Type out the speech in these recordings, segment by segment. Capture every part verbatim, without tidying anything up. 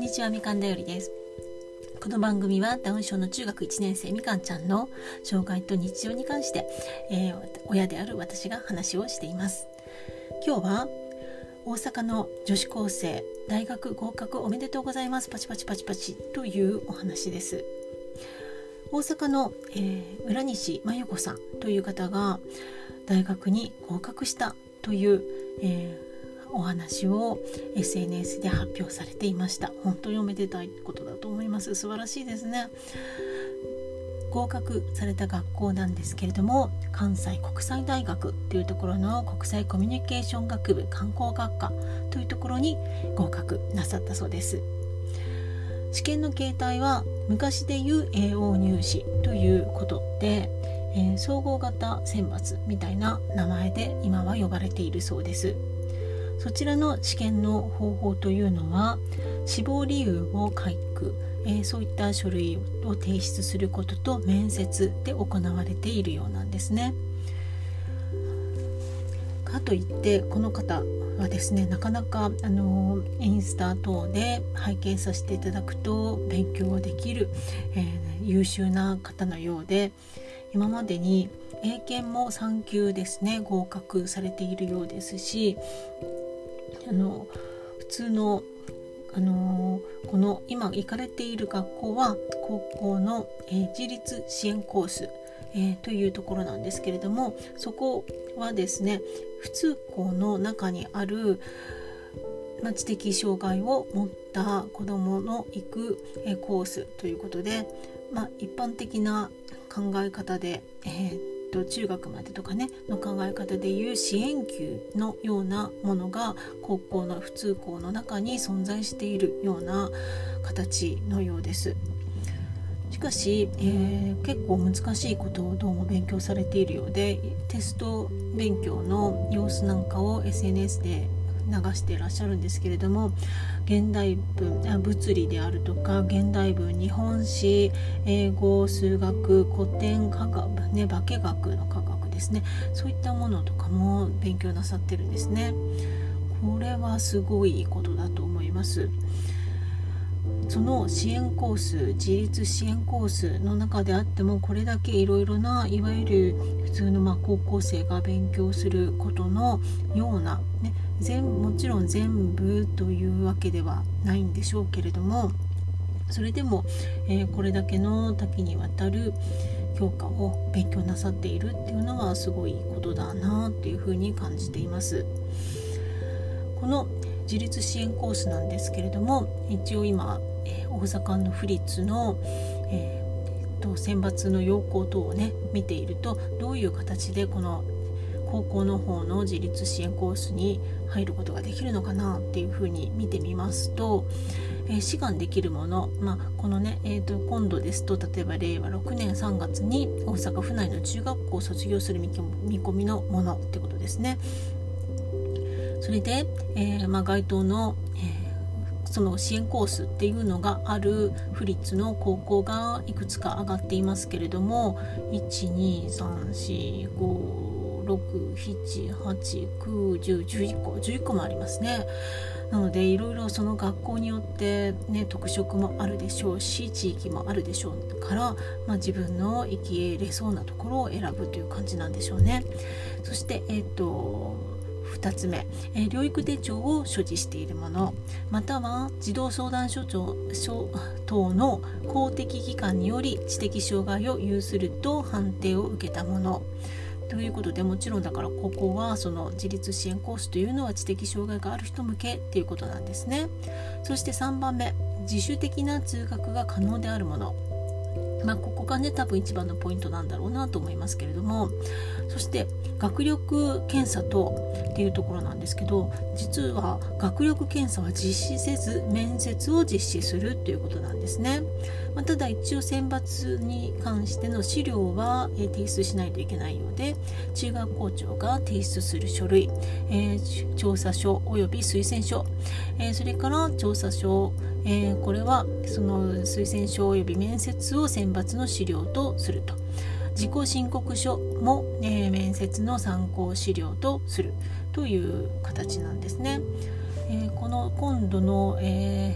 にちは、みかんだよりです。この番組はダウン症の中学いちねん生みかんちゃんの障害と日常に関して、えー、親である私が話をしています。今日は大阪の女子高生大学合格おめでとうございますパチパチパチパチというお話です。大阪の、えー、浦西真由子さんという方が大学に合格したという、えーお話を エスエヌエス で発表されていました。本当におめでたいことだと思います。素晴らしいですね。合格された学校なんですけれども、関西国際大学というところの国際コミュニケーション学部観光学科というところに合格なさったそうです。試験の形態は昔でいう エーオー 入試ということで、えー、総合型選抜みたいな名前で今は呼ばれているそうです。そちらの試験の方法というのは、志望理由を書く、えー、そういった書類を提出することと面接で行われているようなんですね。かといってこの方はですね、なかなかあのインスタ等で拝見させていただくと勉強できる、えー、優秀な方のようで、今までに英検もさん級ですね、合格されているようですし、あの普通の、あのこの今行かれている学校は高校の、えー、自立支援コース、えー、というところなんですけれども、そこはですね、普通校の中にある、まあ、知的障害を持った子どもの行く、えー、コースということで、まあ、一般的な考え方で、えー中学までとかねの考え方でいう支援級のようなものが高校の普通校の中に存在しているような形のようです。しかし、えー、結構難しいことをどうも勉強されているようで、テスト勉強の様子なんかを エスエヌエス で流していらっしゃるんですけれども、現代文、物理であるとか現代文、日本史、英語、数学、古典科学、ね、化学の科学ですね、そういったものとかも勉強なさってるんですね。これはすごいことだと思います。その支援コース、自立支援コースの中であっても、これだけいろいろないわゆる普通のまあ高校生が勉強することのような、ね、全もちろん全部というわけではないんでしょうけれども、それでも、えー、これだけの多岐にわたる教科を勉強なさっているっていうのはすごいことだなっていうふうに感じています。この自立支援コースなんですけれども、一応今、えー、大阪の府立の、えー、と選抜の要項等をね見ていると、どういう形でこの高校の方の自立支援コースに入ることができるのかなっていうふうに見てみますと、えー、志願できるもの、まあ、このね、えー、と今度ですと、例えばれいわろくねんさんがつに大阪府内の中学校を卒業する見込みのものってことですね。それで、えーまあ、該当の、えー、その支援コースっていうのがある府立の高校がいくつか上がっていますけれども、いち、に、さん、し、ご、ろく、なな、はち、きゅう、じゅう、じゅういっこじゅういっこもありますね。なのでいろいろその学校によって、ね、特色もあるでしょうし、地域もあるでしょうから、まあ、自分の生き入れそうなところを選ぶという感じなんでしょうね。そして、えっとふたつめ、えー、療育手帳を所持しているもの、または児童相談所等の公的機関により知的障害を有すると判定を受けたものということで、もちろんだからここはその自立支援コースというのは知的障害がある人向けっていうことなんですね。そしてさんばんめ、自主的な通学が可能であるもの、まあ、ここがね多分一番のポイントなんだろうなと思いますけれども、そして学力検査とっていうところなんですけど、実は学力検査は実施せず面接を実施するということなんですね。まあ、ただ一応選抜に関しての資料は、えー、提出しないといけないようで、中学校長が提出する書類、えー、調査書および推薦書、えー、それから調査書、えー、これはその推薦書および面接を選抜の資料とすると、自己申告書も、えー、面接の参考資料とするという形なんですね。えー、この今度の、えー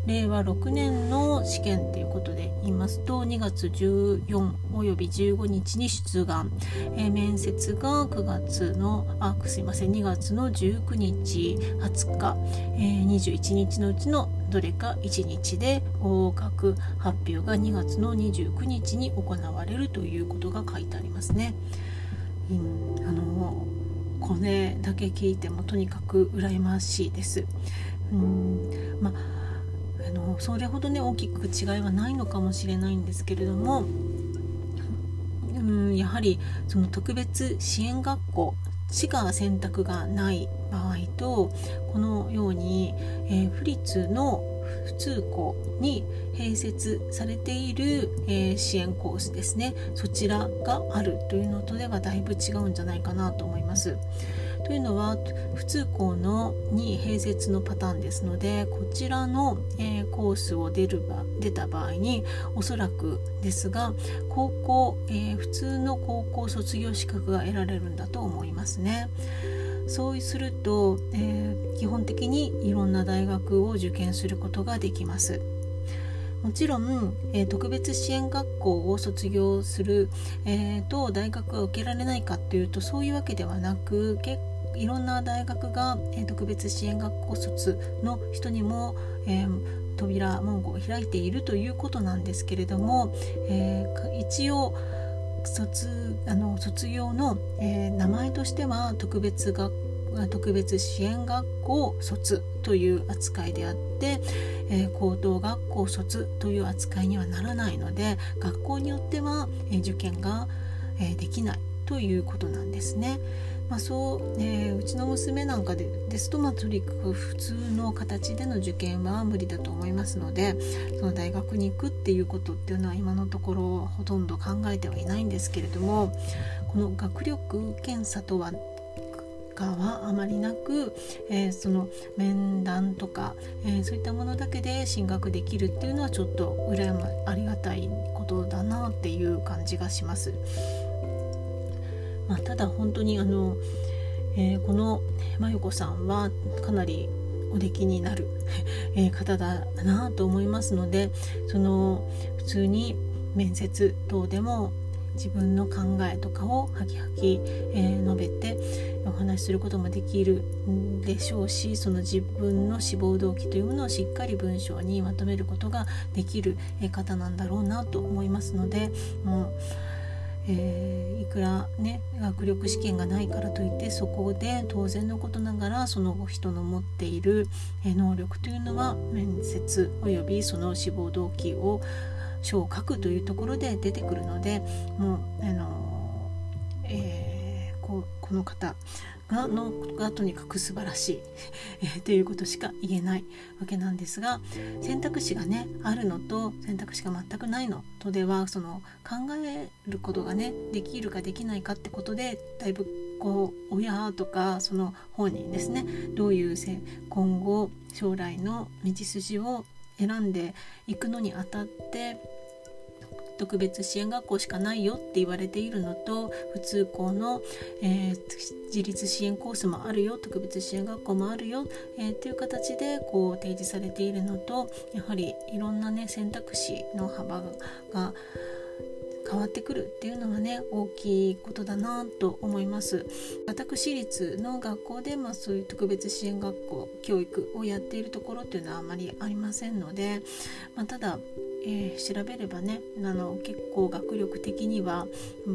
れいわろくねんの試験ということで言いますと、にがつじゅうよっかおよびじゅうごにちに出願、えー、面接がくがつのあすいませんにがつのじゅうくにち、はつか、えー、にじゅういちにちのうちのどれかいちにちで、合格発表がにがつのにじゅうくにちに行われるということが書いてありますね。うん、あのこれだけ聞いてもとにかく羨ましいです。うんまあのそれほどね大きく違いはないのかもしれないんですけれども、うん、やはりその特別支援学校しか選択がない場合と、このように、えー、府立の普通校に併設されている、えー、支援コースですね、そちらがあるというのとではだいぶ違うんじゃないかなと思います。というのは普通校のに併設のパターンですので、こちらの、えー、コースを出る場出た場合におそらくですが高校、えー、普通の高校卒業資格が得られるんだと思いますね。そうすると、えー、基本的にいろんな大学を受験することができます。もちろん、えー、特別支援学校を卒業する、えー、と大学が受けられないかというとそういうわけではなく、結構いろんな大学が、えー、特別支援学校卒の人にも、えー、扉門戸を開いているということなんですけれども、えー、一応卒あの卒業の、えー、名前としては特別学特別支援学校卒という扱いであって、えー、高等学校卒という扱いにはならないので、学校によっては、えー、受験が、えー、できないということなんですね。まあそうえー、うちの娘なんかでですと、まあ、とにかく普通の形での受験は無理だと思いますので、その大学に行くっていうことっていうのは今のところほとんど考えてはいないんですけれども、この学力検査とはかはあまりなく、えー、その面談とか、えー、そういったものだけで進学できるっていうのはちょっと羨まありがたいことだなっていう感じがします。まあ、ただ本当にあの、えー、このまゆこさんはかなりお出来になる方だなと思いますので、その普通に面接等でも自分の考えとかをはきはき、えー、述べてお話しすることもできるでしょうし、その自分の志望動機というものをしっかり文章にまとめることができる方なんだろうなと思いますので、もうえー、いくらね学力試験がないからといってそこで当然のことながらその人の持っている能力というのは面接およびその志望動機を書を書くというところで出てくるので、もうあの、えー、こ, この方がのがとにかく素晴らしい、えー、ということしか言えないわけなんですが、選択肢がねあるのと選択肢が全くないのとでは、その考えることがねできるかできないかってことでだいぶこう親とかその本人ですね、どういう今後将来の道筋を選んでいくのにあたって特別支援学校しかないよって言われているのと、普通校の、えー、自立支援コースもあるよ、特別支援学校もあるよ、えー、という形でこう提示されているのと、やはりいろんなね選択肢の幅が変わってくるっていうのはね大きいことだなと思います。私立の学校で、まあ、そういう特別支援学校教育をやっているところっていうのはあまりありませんので、まあ、ただえー、調べればねあの結構学力的には、うん、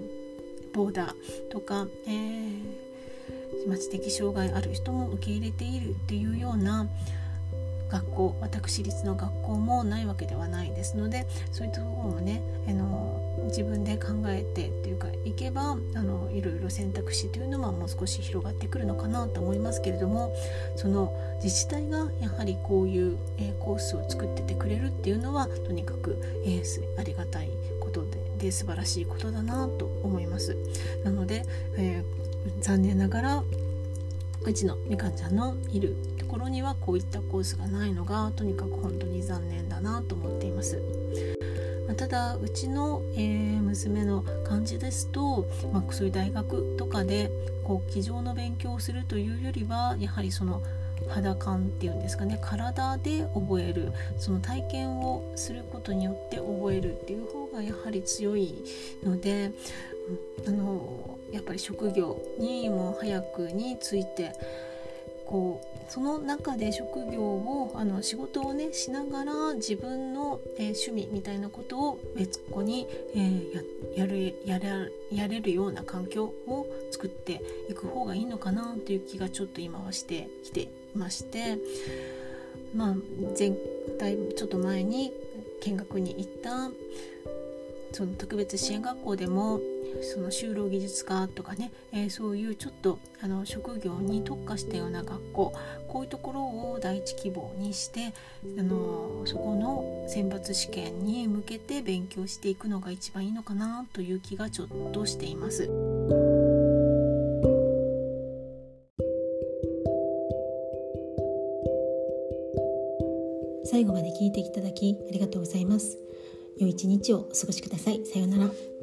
ボーダーとか、えー、知的障害ある人も受け入れているっていうような学校、私立の学校もないわけではないですので、そういったところもねあの自分で考えてっていうかいけばあのいろいろ選択肢というのはもう少し広がってくるのかなと思いますけれども、その自治体がやはりこういう、えー、コースを作っててくれるっていうのはとにかく、えー、ありがたいことで、で素晴らしいことだなと思います。なので、えー、残念ながらうちのみかんちゃんのいるところにはこういったコースがないのがとにかく本当に残念だなと思っています。まあ、ただうちの、えー、娘の感じですと、まあ、そういう大学とかでこう机上の勉強をするというよりはやはりその肌感っていうんですかね、体で覚える、その体験をすることによって覚えるっていう方がやはり強いので、あのやっぱり職業にも早くについてこうその中で職業をあの仕事をねしながら自分の、えー、趣味みたいなことを別個に、えー、や, や, るや, れやれるような環境を作っていく方がいいのかなという気がちょっと今はしてきていまして、まあ前回ちょっと前に見学に行ったその特別支援学校でもその就労技術科とかね、えー、そういうちょっとあの職業に特化したような学校、こういうところを第一希望にしてあのそこの選抜試験に向けて勉強していくのが一番いいのかなという気がちょっとしています。 最後まで聞いていただきありがとうございます。良い一日をお過ごしください。さようなら。